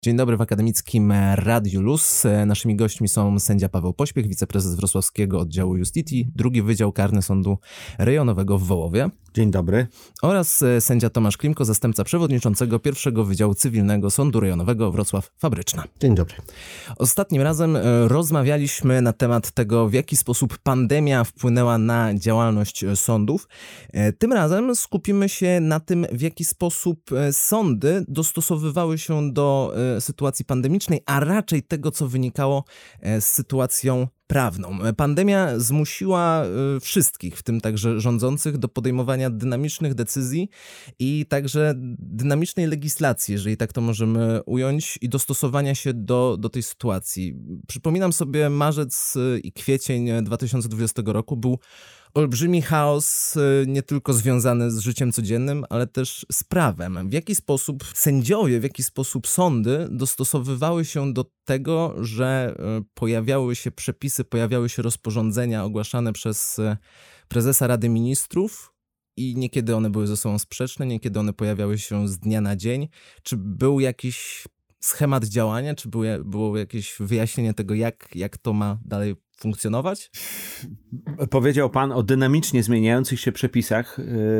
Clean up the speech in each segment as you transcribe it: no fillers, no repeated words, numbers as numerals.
Dzień dobry w Akademickim Radiu Luz. Naszymi gośćmi są sędzia Paweł Pośpiech, wiceprezes Wrocławskiego Oddziału Justiti, II Wydział Karny Sądu Rejonowego w Wołowie. Dzień dobry. Oraz sędzia Tomasz Klimko, zastępca przewodniczącego I Wydziału Cywilnego Sądu Rejonowego Wrocław Fabryczna. Dzień dobry. Ostatnim razem rozmawialiśmy na temat tego, w jaki sposób pandemia wpłynęła na działalność sądów. Tym razem skupimy się na tym, w jaki sposób sądy dostosowywały się do sytuacji pandemicznej, a raczej tego, co wynikało z sytuacją prawną. Pandemia zmusiła wszystkich, w tym także rządzących, do podejmowania dynamicznych decyzji i także dynamicznej legislacji, jeżeli tak to możemy ująć, i dostosowania się do tej sytuacji. Przypominam sobie marzec i kwiecień 2020 roku był olbrzymi chaos, nie tylko związany z życiem codziennym, ale też z prawem. W jaki sposób sędziowie, w jaki sposób sądy dostosowywały się do tego, że pojawiały się przepisy, pojawiały się rozporządzenia ogłaszane przez prezesa Rady Ministrów i niekiedy one były ze sobą sprzeczne, niekiedy one pojawiały się z dnia na dzień. Czy był jakiś schemat działania, czy było jakieś wyjaśnienie tego, jak to ma dalej funkcjonować? Powiedział pan o dynamicznie zmieniających się przepisach.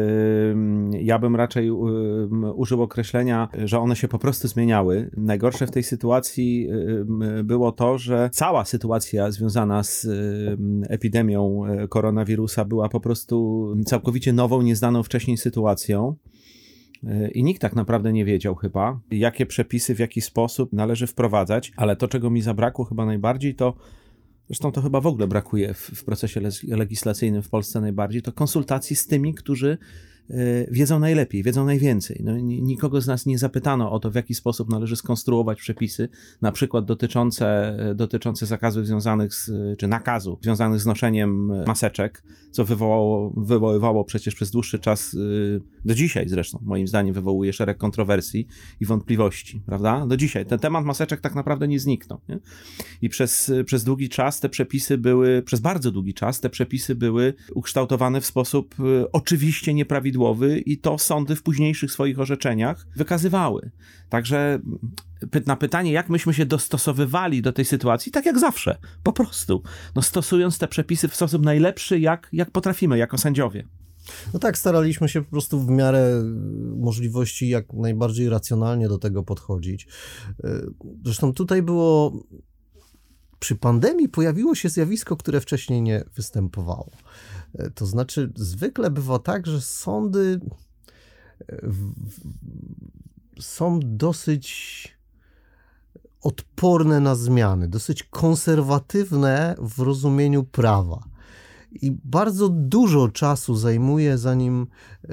Ja bym raczej użył określenia, że one się po prostu zmieniały. Najgorsze w tej sytuacji było to, że cała sytuacja związana z epidemią koronawirusa była po prostu całkowicie nową, nieznaną wcześniej sytuacją. I nikt tak naprawdę nie wiedział chyba, jakie przepisy, w jaki sposób należy wprowadzać, ale to, czego mi zabrakło chyba najbardziej, to zresztą to chyba w ogóle brakuje w procesie legislacyjnym w Polsce najbardziej, to konsultacji z tymi, którzy wiedzą najlepiej, wiedzą najwięcej. No, nikogo z nas nie zapytano o to, w jaki sposób należy skonstruować przepisy, na przykład dotyczące zakazów związanych czy nakazu związanych z noszeniem maseczek, co wywoływało przecież przez dłuższy czas, do dzisiaj zresztą, moim zdaniem wywołuje szereg kontrowersji i wątpliwości, prawda? Do dzisiaj. Ten temat maseczek tak naprawdę nie zniknął, nie? I przez długi czas przez bardzo długi czas te przepisy były ukształtowane w sposób oczywiście nieprawidłowy i to sądy w późniejszych swoich orzeczeniach wykazywały. Także na pytanie, jak myśmy się dostosowywali do tej sytuacji, tak jak zawsze, po prostu, stosując te przepisy w sposób najlepszy, jak potrafimy, jako sędziowie. No tak, staraliśmy się po prostu w miarę możliwości jak najbardziej racjonalnie do tego podchodzić. Zresztą tutaj przy pandemii pojawiło się zjawisko, które wcześniej nie występowało. To znaczy, zwykle bywa tak, że sądy są dosyć odporne na zmiany, dosyć konserwatywne w rozumieniu prawa. I bardzo dużo czasu zajmuje, zanim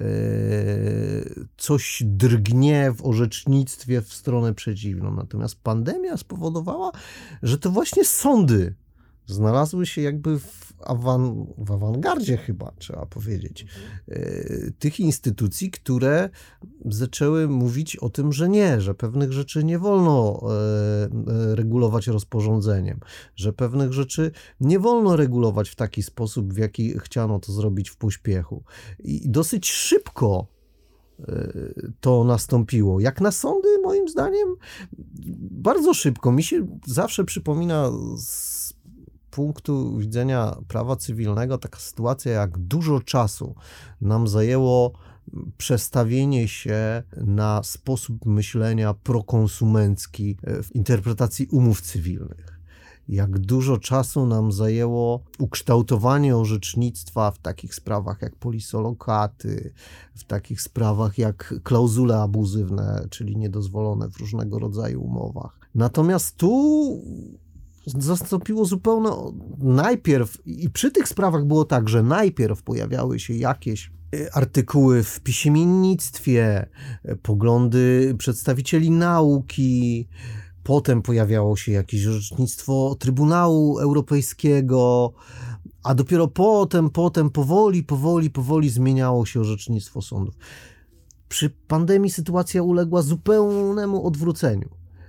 coś drgnie w orzecznictwie w stronę przeciwną. Natomiast pandemia spowodowała, że to właśnie sądy znalazły się jakby w awangardzie chyba, trzeba powiedzieć, tych instytucji, które zaczęły mówić o tym, że pewnych rzeczy nie wolno regulować rozporządzeniem, że pewnych rzeczy nie wolno regulować w taki sposób, w jaki chciano to zrobić w pośpiechu. I dosyć szybko to nastąpiło. Jak na sądy, moim zdaniem, bardzo szybko. Mi się zawsze przypomina z punktu widzenia prawa cywilnego taka sytuacja, jak dużo czasu nam zajęło przestawienie się na sposób myślenia prokonsumencki w interpretacji umów cywilnych. Jak dużo czasu nam zajęło ukształtowanie orzecznictwa w takich sprawach jak polisolokaty, w takich sprawach jak klauzule abuzywne, czyli niedozwolone w różnego rodzaju umowach. Natomiast tu zastąpiło zupełnie najpierw, i przy tych sprawach było tak, że najpierw pojawiały się jakieś artykuły w piśmiennictwie, poglądy przedstawicieli nauki, potem pojawiało się jakieś orzecznictwo Trybunału Europejskiego, a dopiero potem powoli zmieniało się orzecznictwo sądów. Przy pandemii sytuacja uległa zupełnemu odwróceniu.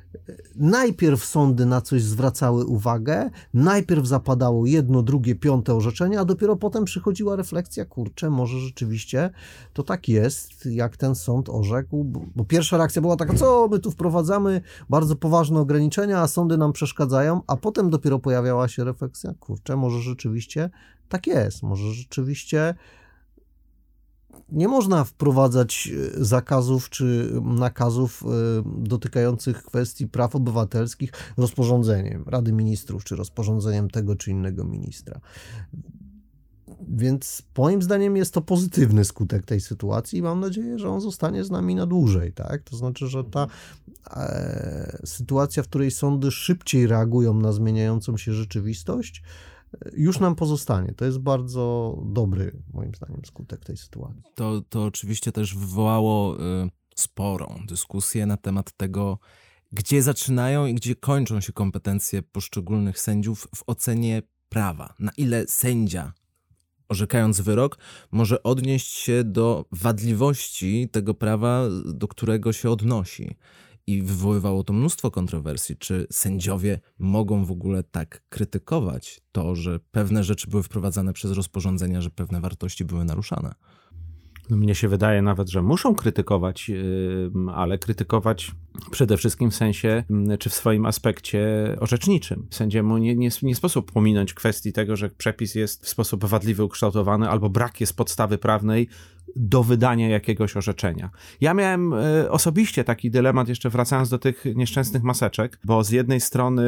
najpierw sądy na coś zwracały uwagę, najpierw zapadało jedno, drugie, piąte orzeczenie, a dopiero potem przychodziła refleksja, kurczę, może rzeczywiście to tak jest, jak ten sąd orzekł, bo pierwsza reakcja była taka, co my tu wprowadzamy, bardzo poważne ograniczenia, a sądy nam przeszkadzają, a potem dopiero pojawiała się refleksja, kurczę, może rzeczywiście tak jest, może rzeczywiście nie można wprowadzać zakazów czy nakazów dotykających kwestii praw obywatelskich rozporządzeniem Rady Ministrów czy rozporządzeniem tego czy innego ministra. Więc moim zdaniem jest to pozytywny skutek tej sytuacji i mam nadzieję, że on zostanie z nami na dłużej. Tak? To znaczy, że ta sytuacja, w której sądy szybciej reagują na zmieniającą się rzeczywistość, już nam pozostanie. To jest bardzo dobry, moim zdaniem, skutek tej sytuacji. To oczywiście też wywołało sporą dyskusję na temat tego, gdzie zaczynają i gdzie kończą się kompetencje poszczególnych sędziów w ocenie prawa. Na ile sędzia, orzekając wyrok, może odnieść się do wadliwości tego prawa, do którego się odnosi. I wywoływało to mnóstwo kontrowersji. Czy sędziowie mogą w ogóle tak krytykować to, że pewne rzeczy były wprowadzane przez rozporządzenia, że pewne wartości były naruszane? Mnie się wydaje nawet, że muszą krytykować, ale krytykować przede wszystkim w sensie, czy w swoim aspekcie orzeczniczym. Sędziemu nie sposób pominąć kwestii tego, że przepis jest w sposób wadliwy ukształtowany albo brak jest podstawy prawnej do wydania jakiegoś orzeczenia. Ja miałem osobiście taki dylemat, jeszcze wracając do tych nieszczęsnych maseczek, bo z jednej strony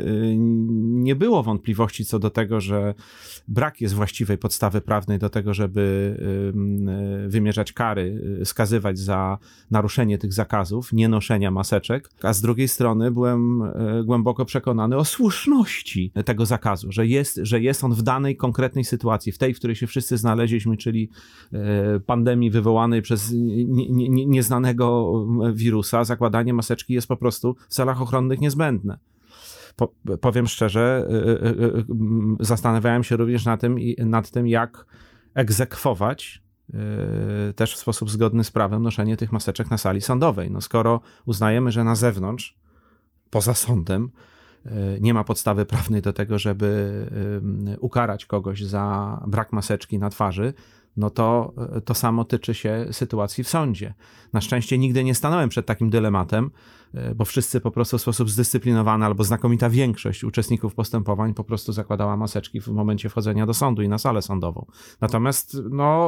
nie było wątpliwości co do tego, że brak jest właściwej podstawy prawnej do tego, żeby wymierzać kary, skazywać za naruszenie tych zakazów, nienoszenia maseczek, a z drugiej strony byłem głęboko przekonany o słuszności tego zakazu, że jest on w danej konkretnej sytuacji, w tej, w której się wszyscy znaleźliśmy, czyli pandemii wywołanej przez nieznanego wirusa, zakładanie maseczki jest po prostu w celach ochronnych niezbędne. Powiem szczerze, zastanawiałem się również nad tym, jak egzekwować też w sposób zgodny z prawem noszenie tych maseczek na sali sądowej. No skoro uznajemy, że na zewnątrz, poza sądem, nie ma podstawy prawnej do tego, żeby ukarać kogoś za brak maseczki na twarzy, no to samo tyczy się sytuacji w sądzie. Na szczęście nigdy nie stanąłem przed takim dylematem, bo wszyscy po prostu w sposób zdyscyplinowany albo znakomita większość uczestników postępowań po prostu zakładała maseczki w momencie wchodzenia do sądu i na salę sądową. Natomiast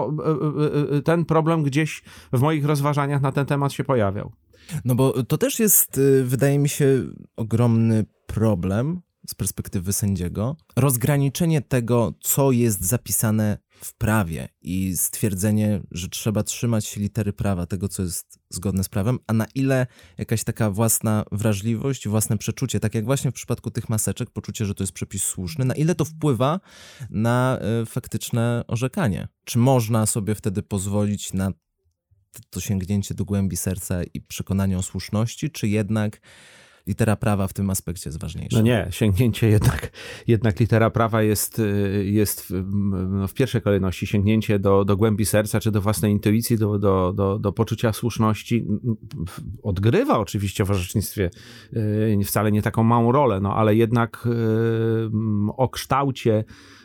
ten problem gdzieś w moich rozważaniach na ten temat się pojawiał. No bo to też jest, wydaje mi się, ogromny problem z perspektywy sędziego. Rozgraniczenie tego, co jest zapisane w prawie i stwierdzenie, że trzeba trzymać się litery prawa, tego, co jest zgodne z prawem, a na ile jakaś taka własna wrażliwość, własne przeczucie, tak jak właśnie w przypadku tych maseczek, poczucie, że to jest przepis słuszny, na ile to wpływa na faktyczne orzekanie. Czy można sobie wtedy pozwolić na to sięgnięcie do głębi serca i przekonanie o słuszności, czy jednak litera prawa w tym aspekcie jest ważniejsza? No nie, sięgnięcie jednak litera prawa jest w pierwszej kolejności sięgnięcie do głębi serca, czy do własnej intuicji, do poczucia słuszności. Odgrywa oczywiście w orzecznictwie wcale nie taką małą rolę, no ale jednak o kształcie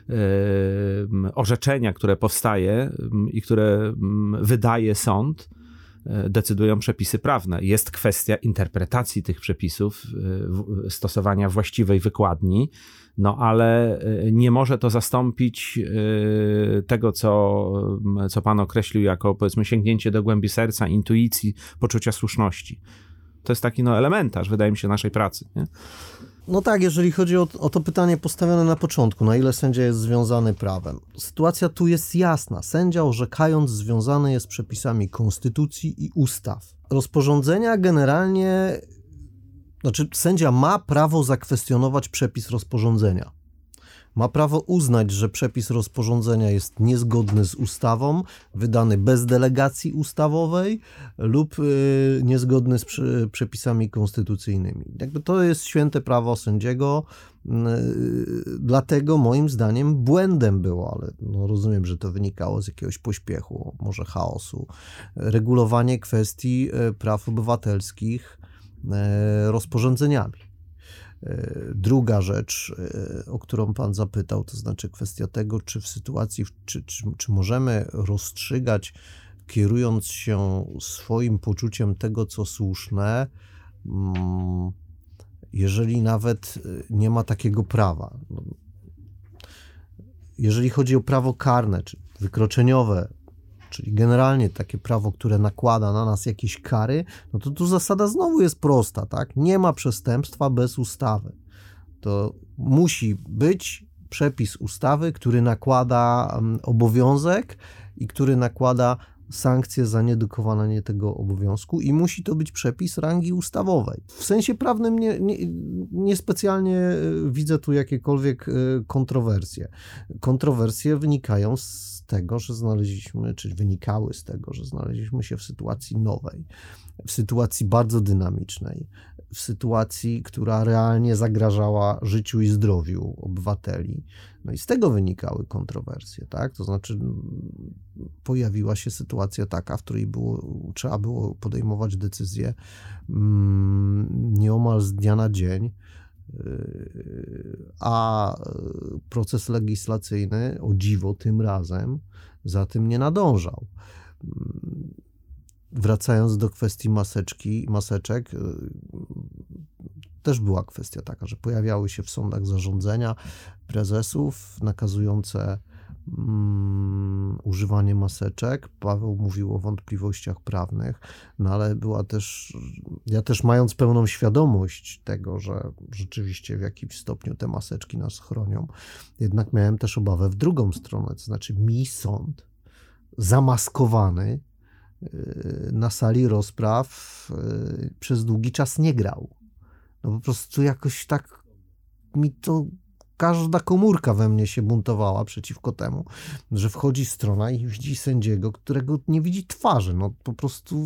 orzeczenia, które powstaje i które wydaje sąd, decydują przepisy prawne. Jest kwestia interpretacji tych przepisów, stosowania właściwej wykładni, no ale nie może to zastąpić tego, co pan określił jako, powiedzmy, sięgnięcie do głębi serca, intuicji, poczucia słuszności. To jest taki elementarz, wydaje mi się, naszej pracy, nie? No tak, jeżeli chodzi o to pytanie postawione na początku, na ile sędzia jest związany prawem. Sytuacja tu jest jasna. Sędzia, orzekając, związany jest przepisami konstytucji i ustaw. Rozporządzenia generalnie, sędzia ma prawo zakwestionować przepis rozporządzenia. Ma prawo uznać, że przepis rozporządzenia jest niezgodny z ustawą, wydany bez delegacji ustawowej lub niezgodny z przepisami konstytucyjnymi. Jakby to jest święte prawo sędziego, dlatego moim zdaniem błędem było, ale rozumiem, że to wynikało z jakiegoś pośpiechu, może chaosu, regulowanie kwestii praw obywatelskich rozporządzeniami. Druga rzecz, o którą pan zapytał, to znaczy kwestia tego, czy w sytuacji, czy możemy rozstrzygać, kierując się swoim poczuciem tego, co słuszne, jeżeli nawet nie ma takiego prawa. Jeżeli chodzi o prawo karne, czy wykroczeniowe, czyli generalnie takie prawo, które nakłada na nas jakieś kary, no to tu zasada znowu jest prosta, tak? Nie ma przestępstwa bez ustawy. To musi być przepis ustawy, który nakłada obowiązek i który nakłada sankcje za niedokonanie tego obowiązku i musi to być przepis rangi ustawowej. W sensie prawnym niespecjalnie widzę tu jakiekolwiek kontrowersje. Kontrowersje wynikają z tego, że wynikały z tego, że znaleźliśmy się w sytuacji nowej, w sytuacji bardzo dynamicznej, w sytuacji, która realnie zagrażała życiu i zdrowiu obywateli. No i z tego wynikały kontrowersje, tak? To znaczy pojawiła się sytuacja taka, w której trzeba było podejmować decyzje nieomal z dnia na dzień, a proces legislacyjny, o dziwo tym razem, za tym nie nadążał. Wracając do kwestii maseczek, też była kwestia taka, że pojawiały się w sądach zarządzenia prezesów nakazujące używanie maseczek. Paweł mówił o wątpliwościach prawnych, no ale ja też mając pełną świadomość tego, że rzeczywiście w jakimś stopniu te maseczki nas chronią, jednak miałem też obawę w drugą stronę, to znaczy mi sąd zamaskowany na sali rozpraw przez długi czas nie grał. No po prostu jakoś tak mi to każda komórka we mnie się buntowała przeciwko temu, że wchodzi strona i widzi sędziego, którego nie widzi twarzy. No po prostu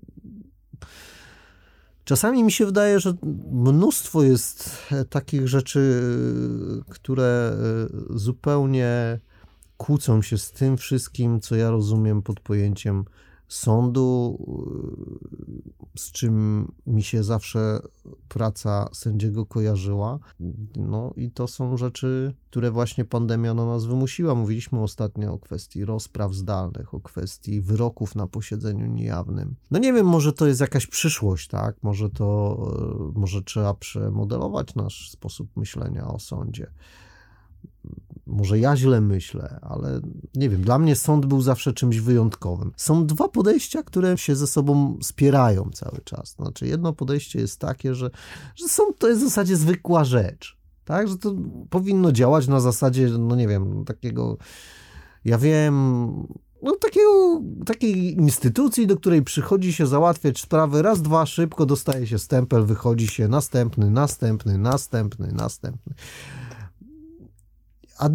czasami mi się wydaje, że mnóstwo jest takich rzeczy, które zupełnie kłócą się z tym wszystkim, co ja rozumiem pod pojęciem sądu, z czym mi się zawsze praca sędziego kojarzyła. No i to są rzeczy, które właśnie pandemia na nas wymusiła. Mówiliśmy ostatnio o kwestii rozpraw zdalnych, o kwestii wyroków na posiedzeniu niejawnym. No nie wiem, może to jest jakaś przyszłość, tak? Może trzeba przemodelować nasz sposób myślenia o sądzie. Może ja źle myślę, ale nie wiem, dla mnie sąd był zawsze czymś wyjątkowym. Są dwa podejścia, które się ze sobą spierają cały czas. Znaczy jedno podejście jest takie, że sąd to jest w zasadzie zwykła rzecz, tak? Że to powinno działać na zasadzie, no nie wiem, takiego, ja wiem, no takiej instytucji, do której przychodzi się załatwiać sprawy, raz, dwa, szybko dostaje się stempel, wychodzi się następny. A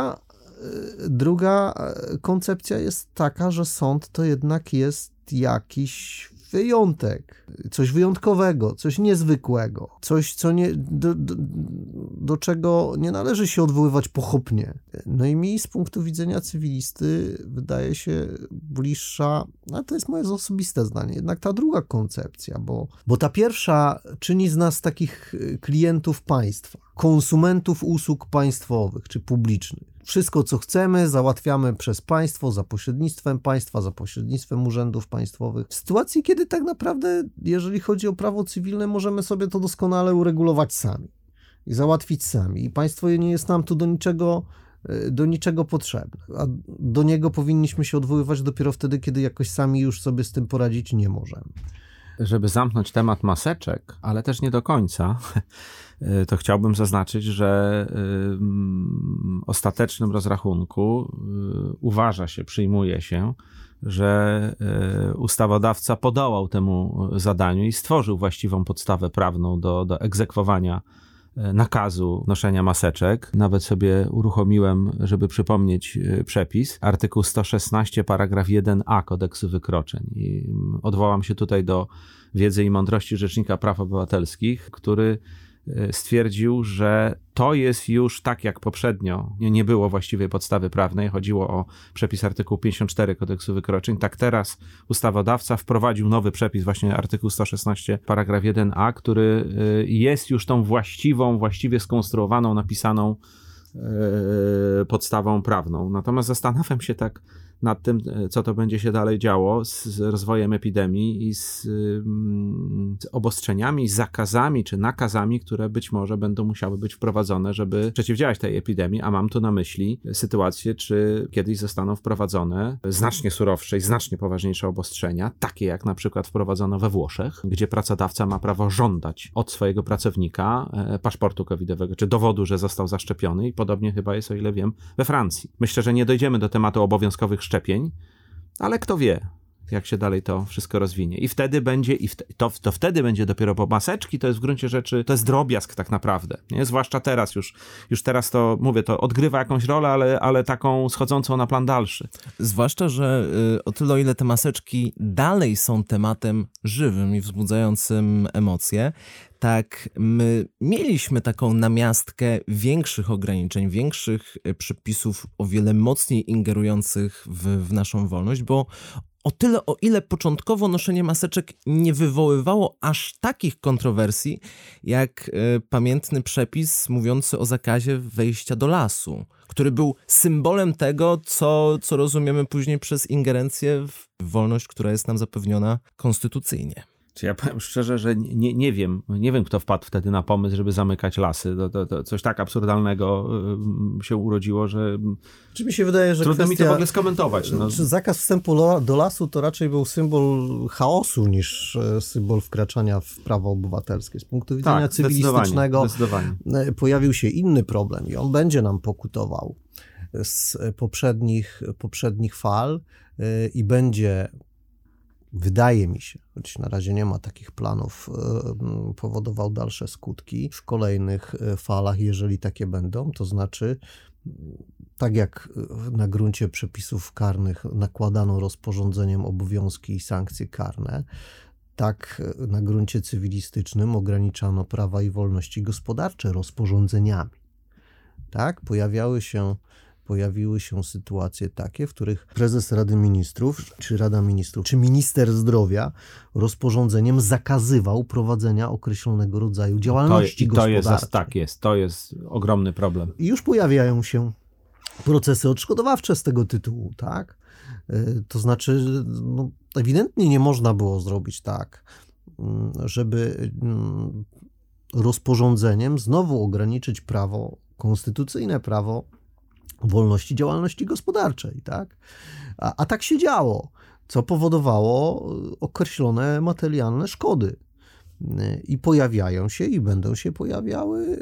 druga koncepcja jest taka, że sąd to jednak jest jakiś wyjątek, coś wyjątkowego, coś niezwykłego, coś, co do czego nie należy się odwoływać pochopnie. No i mi z punktu widzenia cywilisty wydaje się bliższa, a to jest moje osobiste zdanie, jednak ta druga koncepcja, bo ta pierwsza czyni z nas takich klientów państwa, konsumentów usług państwowych czy publicznych. Wszystko, co chcemy, załatwiamy przez państwo, za pośrednictwem państwa, za pośrednictwem urzędów państwowych. W sytuacji, kiedy tak naprawdę, jeżeli chodzi o prawo cywilne, możemy sobie to doskonale uregulować sami i załatwić sami. I państwo nie jest nam tu do niczego potrzebne. A do niego powinniśmy się odwoływać dopiero wtedy, kiedy jakoś sami już sobie z tym poradzić nie możemy. Żeby zamknąć temat maseczek, ale też nie do końca, to chciałbym zaznaczyć, że w ostatecznym rozrachunku przyjmuje się, że ustawodawca podołał temu zadaniu i stworzył właściwą podstawę prawną do egzekwowania nakazu noszenia maseczek. Nawet sobie uruchomiłem, żeby przypomnieć przepis, artykuł 116, paragraf 1a Kodeksu Wykroczeń. I odwołam się tutaj do wiedzy i mądrości Rzecznika Praw Obywatelskich, który stwierdził, że to jest już tak jak poprzednio, nie było właściwej podstawy prawnej, chodziło o przepis artykułu 54 Kodeksu Wykroczeń, tak teraz ustawodawca wprowadził nowy przepis, właśnie artykuł 116 paragraf 1a, który jest już tą właściwie skonstruowaną, napisaną podstawą prawną. Natomiast zastanawiam się tak nad tym, co to będzie się dalej działo z rozwojem epidemii i z obostrzeniami, zakazami czy nakazami, które być może będą musiały być wprowadzone, żeby przeciwdziałać tej epidemii, a mam tu na myśli sytuację, czy kiedyś zostaną wprowadzone znacznie surowsze i znacznie poważniejsze obostrzenia, takie jak na przykład wprowadzono we Włoszech, gdzie pracodawca ma prawo żądać od swojego pracownika paszportu covidowego, czy dowodu, że został zaszczepiony i podobnie chyba jest, o ile wiem, we Francji. Myślę, że nie dojdziemy do tematu obowiązkowych szczepień, ale kto wie, jak się dalej to wszystko rozwinie. I wtedy będzie, to wtedy będzie dopiero, bo maseczki to jest w gruncie rzeczy, to jest drobiazg tak naprawdę, nie? Zwłaszcza teraz już teraz to, mówię, to odgrywa jakąś rolę, ale taką schodzącą na plan dalszy. Zwłaszcza, że o tyle, o ile te maseczki dalej są tematem żywym i wzbudzającym emocje, tak my mieliśmy taką namiastkę większych ograniczeń, większych przepisów o wiele mocniej ingerujących w naszą wolność, bo o tyle, o ile początkowo noszenie maseczek nie wywoływało aż takich kontrowersji, jak pamiętny przepis mówiący o zakazie wejścia do lasu, który był symbolem tego, co rozumiemy później przez ingerencję w wolność, która jest nam zapewniona konstytucyjnie. Czy ja powiem szczerze, że nie wiem, kto wpadł wtedy na pomysł, żeby zamykać lasy. To coś tak absurdalnego się urodziło, że Czy mi się wydaje, że trudno mi to w ogóle skomentować. No. Zakaz wstępu do lasu to raczej był symbol chaosu niż symbol wkraczania w prawo obywatelskie. Z punktu widzenia cywilistycznego pojawił się inny problem i on będzie nam pokutował z poprzednich fal i będzie, wydaje mi się, choć na razie nie ma takich planów, powodował dalsze skutki w kolejnych falach, jeżeli takie będą. To znaczy, tak jak na gruncie przepisów karnych nakładano rozporządzeniem obowiązki i sankcje karne, tak na gruncie cywilistycznym ograniczano prawa i wolności gospodarcze rozporządzeniami. Tak? Pojawiły się sytuacje takie, w których prezes Rady Ministrów, czy Rada Ministrów, czy minister zdrowia rozporządzeniem zakazywał prowadzenia określonego rodzaju działalności gospodarczej. To jest ogromny problem. I już pojawiają się procesy odszkodowawcze z tego tytułu, tak? To znaczy, ewidentnie nie można było zrobić tak, żeby rozporządzeniem znowu ograniczyć prawo, konstytucyjne prawo wolności działalności gospodarczej, tak? A tak się działo, co powodowało określone materialne szkody. I pojawiają się i będą się pojawiały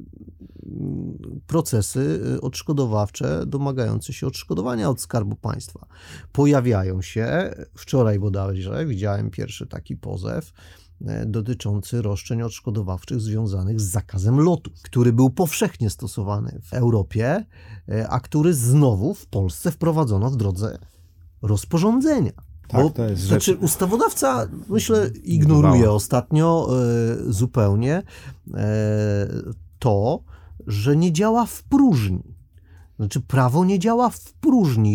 procesy odszkodowawcze domagające się odszkodowania od Skarbu Państwa. Pojawiają się, wczoraj bodajże widziałem pierwszy taki pozew dotyczący roszczeń odszkodowawczych związanych z zakazem lotu, który był powszechnie stosowany w Europie, a który znowu w Polsce wprowadzono w drodze rozporządzenia. Tak, to jest znaczy, ustawodawca, myślę, ignoruje ostatnio zupełnie to, że nie działa w próżni. Znaczy, prawo nie działa w próżni.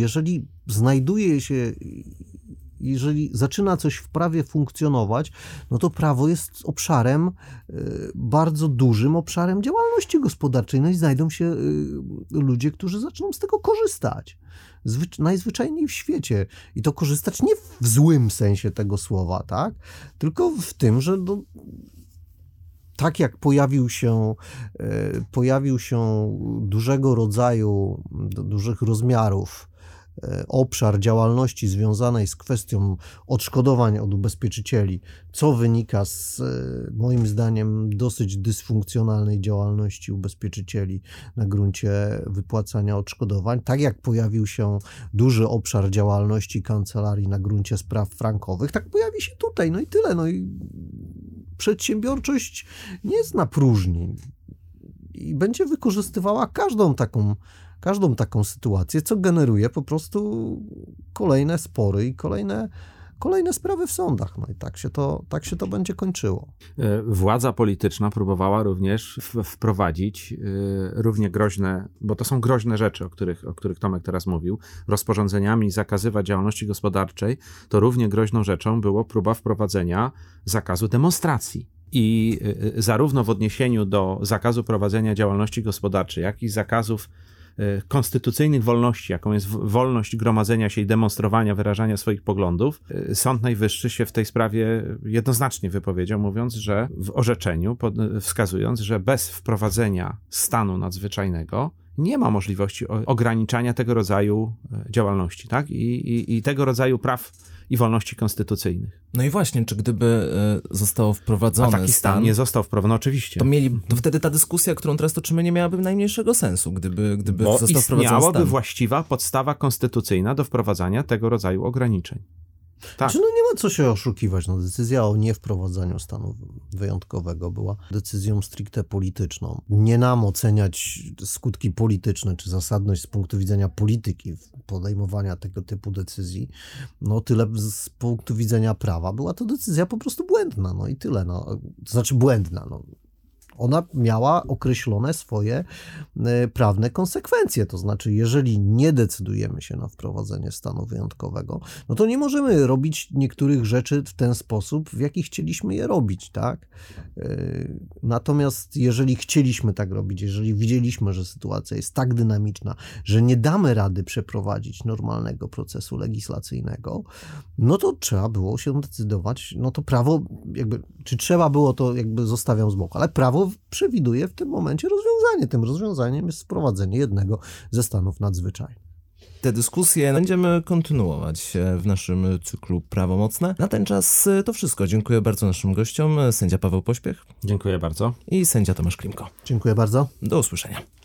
Jeżeli zaczyna coś w prawie funkcjonować, no to prawo jest obszarem, bardzo dużym obszarem działalności gospodarczej. No i znajdą się ludzie, którzy zaczną z tego korzystać. Najzwyczajniej w świecie. I to korzystać nie w złym sensie tego słowa, tak? Tylko w tym, że tak jak pojawił się dużego rodzaju, dużych rozmiarów obszar działalności związanej z kwestią odszkodowań od ubezpieczycieli, co wynika z, moim zdaniem, dosyć dysfunkcjonalnej działalności ubezpieczycieli na gruncie wypłacania odszkodowań, tak jak pojawił się duży obszar działalności kancelarii na gruncie spraw frankowych, tak pojawi się tutaj, no i tyle. No i przedsiębiorczość nie jest na próżni i będzie wykorzystywała każdą taką sytuację, co generuje po prostu kolejne spory i kolejne sprawy w sądach. No i tak się to będzie kończyło. Władza polityczna próbowała również wprowadzić równie groźne, bo to są groźne rzeczy, o których Tomek teraz mówił, rozporządzeniami zakazywać działalności gospodarczej, to równie groźną rzeczą było próba wprowadzenia zakazu demonstracji. I zarówno w odniesieniu do zakazu prowadzenia działalności gospodarczej, jak i zakazów konstytucyjnych wolności, jaką jest wolność gromadzenia się i demonstrowania, wyrażania swoich poglądów, Sąd Najwyższy się w tej sprawie jednoznacznie wypowiedział, mówiąc, że w orzeczeniu, wskazując, że bez wprowadzenia stanu nadzwyczajnego nie ma możliwości ograniczania tego rodzaju działalności, tak? I tego rodzaju praw i wolności konstytucyjnych. No i właśnie, czy gdyby zostało wprowadzone taki stan nie został wprowadzony, oczywiście. To wtedy ta dyskusja, którą teraz toczymy, nie miałaby najmniejszego sensu, gdyby bo został wprowadzony istniałaby stan. właściwa podstawa konstytucyjna do wprowadzania tego rodzaju ograniczeń. Tak. Znaczy, nie ma co się oszukiwać. Decyzja o niewprowadzaniu stanu wyjątkowego była decyzją stricte polityczną. Nie nam oceniać skutki polityczne czy zasadność z punktu widzenia polityki podejmowania tego typu decyzji. Tyle z punktu widzenia prawa. Była to decyzja po prostu błędna. I tyle. To znaczy błędna. Ona miała określone swoje prawne konsekwencje. To znaczy, jeżeli nie decydujemy się na wprowadzenie stanu wyjątkowego, to nie możemy robić niektórych rzeczy w ten sposób, w jaki chcieliśmy je robić, tak? Natomiast jeżeli chcieliśmy tak robić, jeżeli widzieliśmy, że sytuacja jest tak dynamiczna, że nie damy rady przeprowadzić normalnego procesu legislacyjnego, to trzeba było się decydować, to prawo czy trzeba było, to zostawiam z boku, ale prawo przewiduje w tym momencie rozwiązanie. Tym rozwiązaniem jest wprowadzenie jednego ze stanów nadzwyczajnych. Te dyskusje będziemy kontynuować w naszym cyklu Prawomocne. Na ten czas to wszystko. Dziękuję bardzo naszym gościom. Sędzia Paweł Pośpiech. Dziękuję bardzo. I sędzia Tomasz Klimko. Dziękuję bardzo. Do usłyszenia.